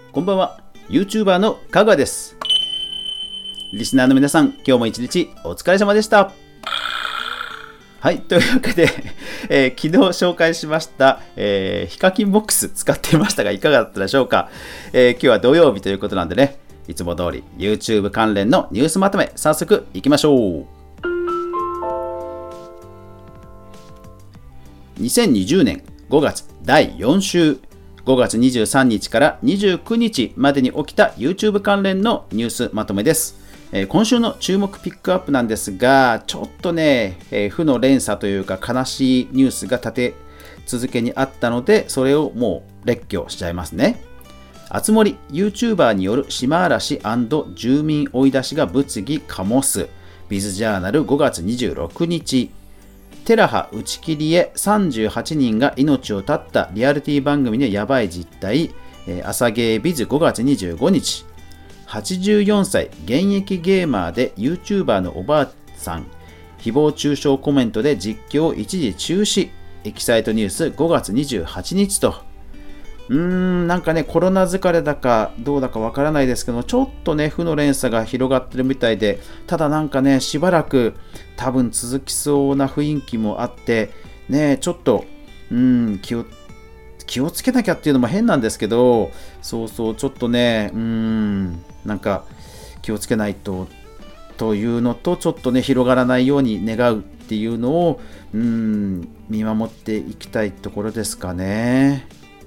こんばんは、YouTuber のかがです。リスナーの皆さん、今日も一日お疲れ様でした。はい、というわけで、昨日紹介しました、ヒカキンボックス使っていましたがいかがだったでしょうか。今日は土曜日ということなんでね、いつも通り YouTube 関連のニュースまとめ、早速いきましょう。2020年5月第4週、5月23日から29日までに起きた YouTube 関連のニュースまとめです。今週の注目ピックアップなんですが、ちょっとね、負の連鎖というか悲しいニュースが立て続けにあったので、それをもう列挙しちゃいますね。あつ森 YouTuber による島嵐&住民追い出しが物議醸す。ビズジャーナル5月26日。テラハ打ち切りへ38人が命を絶ったリアリティ番組のヤバい実態。朝ゲービズ5月25日。84歳現役ゲーマーで YouTuber のおばあさん。誹謗中傷コメントで実況一時中止。エキサイトニュース5月28日と。なんかね、コロナ疲れだかどうだかわからないですけど、ちょっとね、負の連鎖が広がってるみたいで、ただなんかね、しばらく多分続きそうな雰囲気もあって、ね、ちょっと、気をつけなきゃっていうのも変なんですけど、ちょっとね、なんか気をつけないと、というのと、ちょっとね、広がらないように願うっていうのを、見守っていきたいところですかね。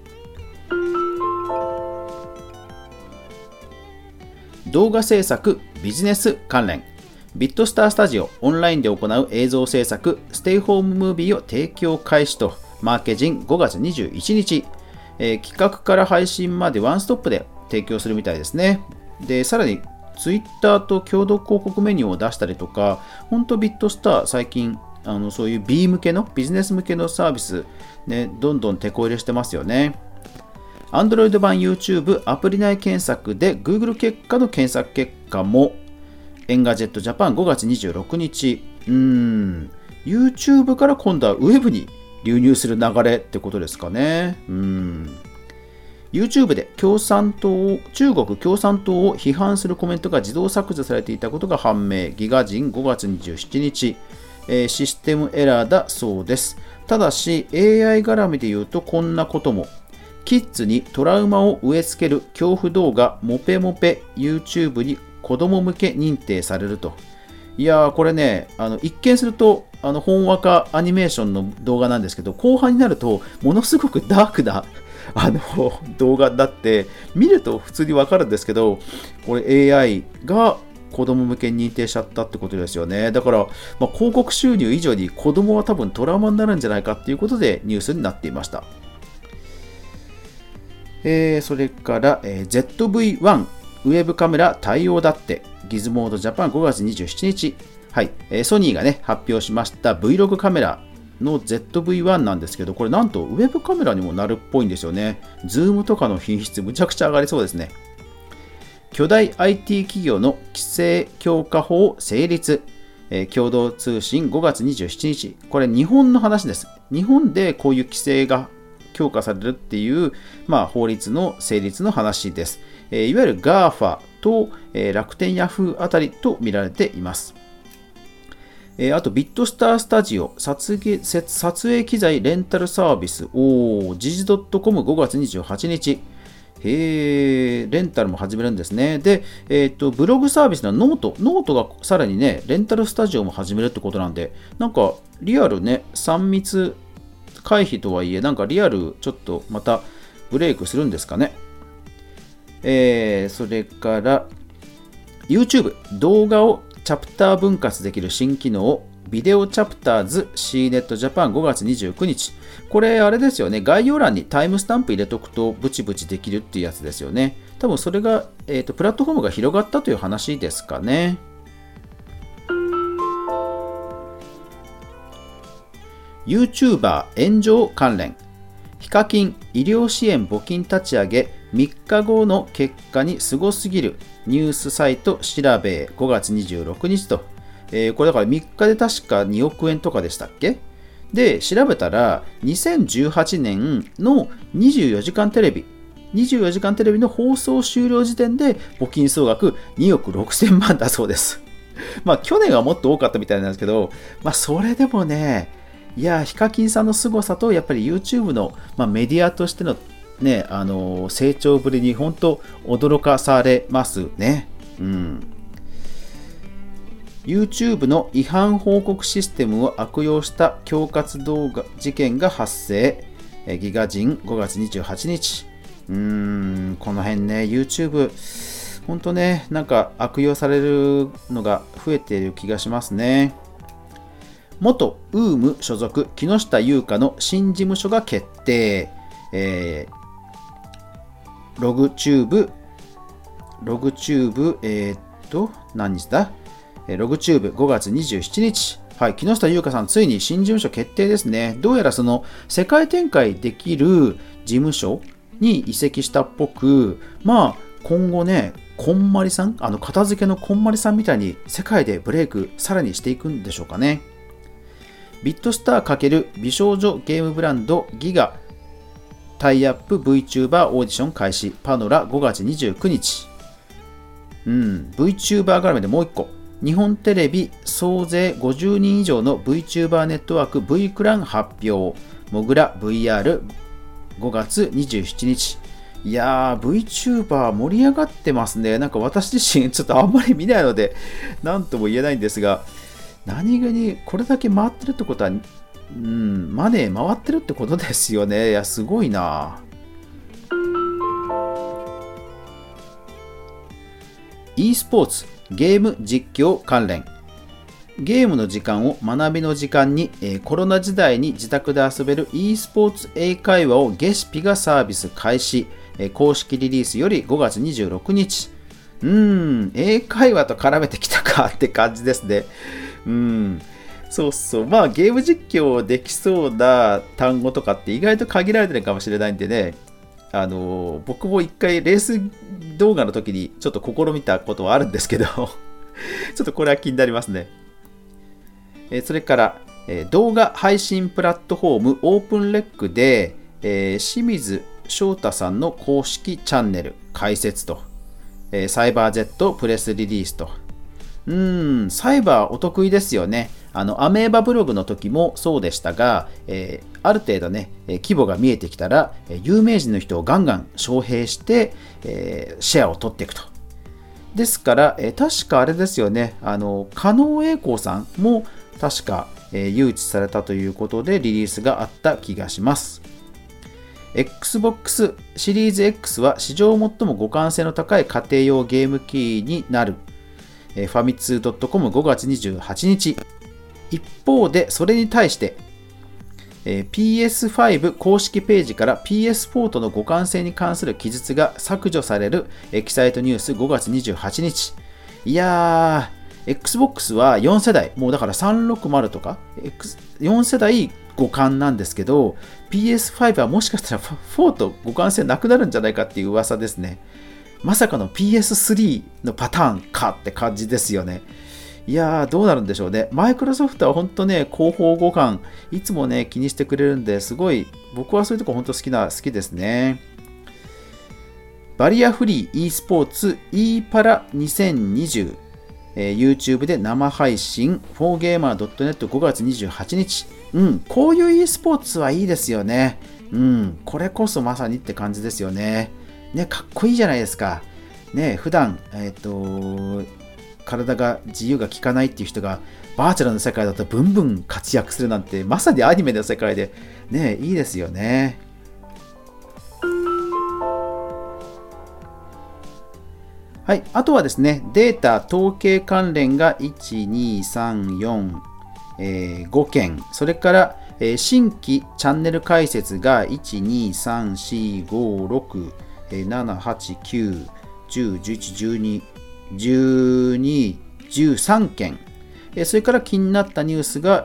動画制作ビジネス関連。ビットスタースタジオオンラインで行う映像制作ステイホームムービーを提供開始と。マーケジン5月21日、企画から配信までワンストップで提供するみたいですね。で、さらにツイッターと共同広告メニューを出したりとか、本当ビットスター最近そういう B 向けのビジネス向けのサービス、ね、どんどん手こ入れしてますよね。Android 版 YouTube アプリ内検索で Google 結果の検索結果も。エンガジェットジャパン5月26日。YouTube から今度はウェブに流入する流れってことですかね。YouTube で中国共産党を批判するコメントが自動削除されていたことが判明。ギガ人5月27日。システムエラーだそうです。ただし AI 絡みで言うとこんなことも。キッズにトラウマを植え付ける恐怖動画モペモペ YouTube に子供向け認定されると。いやーこれね、一見するとほんわかアニメーションの動画なんですけど、後半になるとものすごくダークな動画だって見ると普通にわかるんですけど、これ AI が子供向けに認定しちゃったってことですよね。だから、広告収入以上に子供は多分トラウマになるんじゃないかっていうことでニュースになっていました。それから、ZV-1 ウェブカメラ対応だって。ギズモードジャパン5月27日。はい、ソニーがね、発表しました Vlog カメラの ZV-1 なんですけど、これなんとウェブカメラにもなるっぽいんですよね。ズームとかの品質むちゃくちゃ上がりそうですね。巨大 IT 企業の規制強化法成立。共同通信5月27日。これ日本の話です。日本でこういう規制が強化されるっていう、法律の成立の話です。いわゆる GAFA と、楽天ヤフーあたりと見られています。あとビットスタースタジオ撮影機材レンタルサービス時事 .com5 月28日。レンタルも始めるんですね。で、ブログサービスのノートがさらにね、レンタルスタジオも始めるってことなんで、なんかリアルね、3密回避とはいえ、なんかリアルちょっとまたブレイクするんですかね。それから YouTube 動画をチャプター分割できる新機能ビデオチャプターズ CNET ジャパン5月29日。これあれですよね、概要欄にタイムスタンプ入れとくとブチブチできるっていうやつですよね。多分それが、プラットフォームが広がったという話ですかね。YouTuber 炎上関連。ヒカキン医療支援募金立ち上げ3日後の結果にすごすぎるニュースサイト調べ5月26日と、これだから3日で確か2億円とかでしたっけ。で調べたら2018年の24時間テレビ 24時間テレビの放送終了時点で募金総額2億6000万だそうです。去年はもっと多かったみたいなんですけど、それでもね、いや、ヒカキンさんの凄さと、やっぱり YouTube の、メディアとしてのね、成長ぶりに本当驚かされますね。YouTube の違反報告システムを悪用した恐喝動画事件が発生。ギガ人5月28日。この辺ね、YouTube、本当ね、なんか悪用されるのが増えている気がしますね。元 UM 所属、木下優香の新事務所が決定。ログチューブ、何日だログチューブ5月27日。はい、木下優香さん、ついに新事務所決定ですね。どうやらその世界展開できる事務所に移籍したっぽく、今後ね、こんまりさん、片付けのこんまりさんみたいに世界でブレイクさらにしていくんでしょうかね。ビットスター×美少女ゲームブランドギガタイアップ VTuber オーディション開始。パノラ5月29日。VTuber 絡めでもう一個。日本テレビ総勢50人以上の VTuber ネットワーク V クラン発表。モグラ VR5 月27日。いやー、VTuber 盛り上がってますね。なんか私自身ちょっとあんまり見ないので何とも言えないんですが、何気にこれだけ回ってるってことは、マネー回ってるってことですよね。いや、すごいな。e スポーツゲーム実況関連。ゲームの時間を学びの時間に、コロナ時代に自宅で遊べる e スポーツ英会話をゲシピがサービス開始。公式リリースより5月26日。英会話と絡めてきたかって感じですね。そうそう。ゲーム実況できそうな単語とかって意外と限られてるかもしれないんでね。僕も一回レース動画の時にちょっと試みたことはあるんですけど、ちょっとこれは気になりますね。それから、動画配信プラットフォームオープンレックで、清水翔太さんの公式チャンネル開設と、サイバー Z プレスリリースと。サイバーお得意ですよね。アメーバブログの時もそうでしたが、ある程度ね、規模が見えてきたら、有名人の人をガンガン招聘して、シェアを取っていくと。ですから、確かあれですよね、加納栄光さんも確か、誘致されたということでリリースがあった気がします。Xbox シリーズ X は史上最も互換性の高い家庭用ゲーム機になる。ファミツー .com 5月28日。一方で、それに対して、PS5 公式ページから PS4 との互換性に関する記述が削除されるエキサイトニュース5月28日。いやー、Xbox は4世代、もうだから360とか、4世代互換なんですけど、PS5 はもしかしたら4と互換性なくなるんじゃないかっていう噂ですね。まさかの PS3 のパターンかって感じですよね。いやー、どうなるんでしょうね。マイクロソフトは本当ね、広報互換、いつもね、気にしてくれるんで、すごい、僕はそういうとこ本当好きですね。バリアフリー e スポーツ e パラ2020、YouTube で生配信 4gamer.net 5月28日。こういう e スポーツはいいですよね。これこそまさにって感じですよね。ね、かっこいいじゃないですか。ね、普段、体が自由が利かないっていう人がバーチャルの世界だとブンブン活躍するなんて、まさにアニメの世界でね、いいですよね。はい、あとはですね、データ統計関連が1、2、3、4、5件、それから、新規チャンネル開設が1、2、3、4、5、6、7、8、9、10、11、12、13件。それから気になったニュースが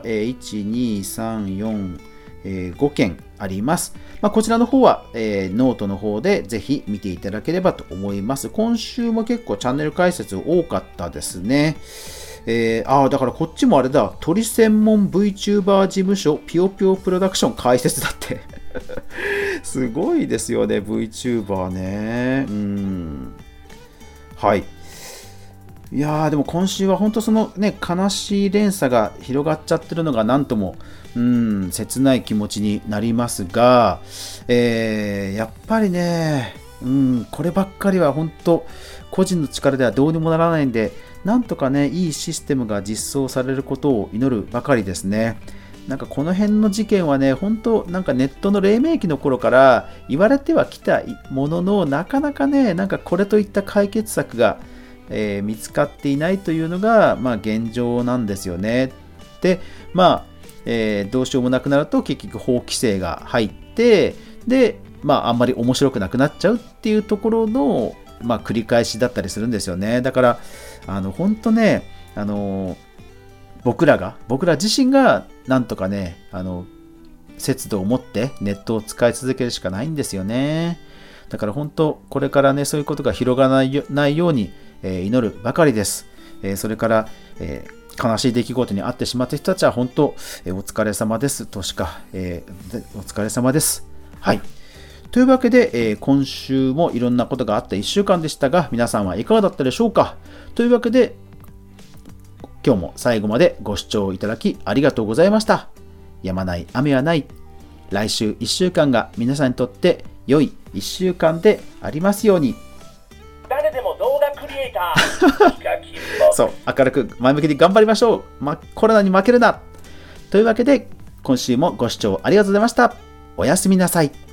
1、2、3、4、5件あります。こちらの方はノートの方でぜひ見ていただければと思います。今週も結構チャンネル開設多かったですね。だからこっちもあれだ、鳥専門 VTuber 事務所ピヨピヨプロダクション開設だってすごいですよね、VTuber ね。はい。いやー、でも今週は本当そのね、悲しい連鎖が広がっちゃってるのがなんとも、切ない気持ちになりますが、やっぱりね、こればっかりは本当、個人の力ではどうにもならないんで、なんとかね、いいシステムが実装されることを祈るばかりですね。なんかこの辺の事件はね、本当なんかネットの黎明期の頃から言われてはきたものの、なかなかね、なんかこれといった解決策が、見つかっていないというのが、現状なんですよね。で、どうしようもなくなると結局法規制が入って、で、あんまり面白くなくなっちゃうっていうところの、繰り返しだったりするんですよね。だから、本当ね、僕ら自身がなんとかね、節度を持ってネットを使い続けるしかないんですよね。だから本当、これからね、そういうことが広がらないように、祈るばかりです。それから、悲しい出来事に遭ってしまった人たちは本当、お疲れ様ですとしか、お疲れ様です。はい。というわけで、今週もいろんなことがあった1週間でしたが、皆さんはいかがだったでしょうか。というわけで、今日も最後までご視聴いただきありがとうございました。やまない雨はない。来週1週間が皆さんにとって良い1週間でありますように。 誰でも動画クリエイターそう、明るく前向きに頑張りましょう。コロナに負けるな。というわけで、今週もご視聴ありがとうございました。おやすみなさい。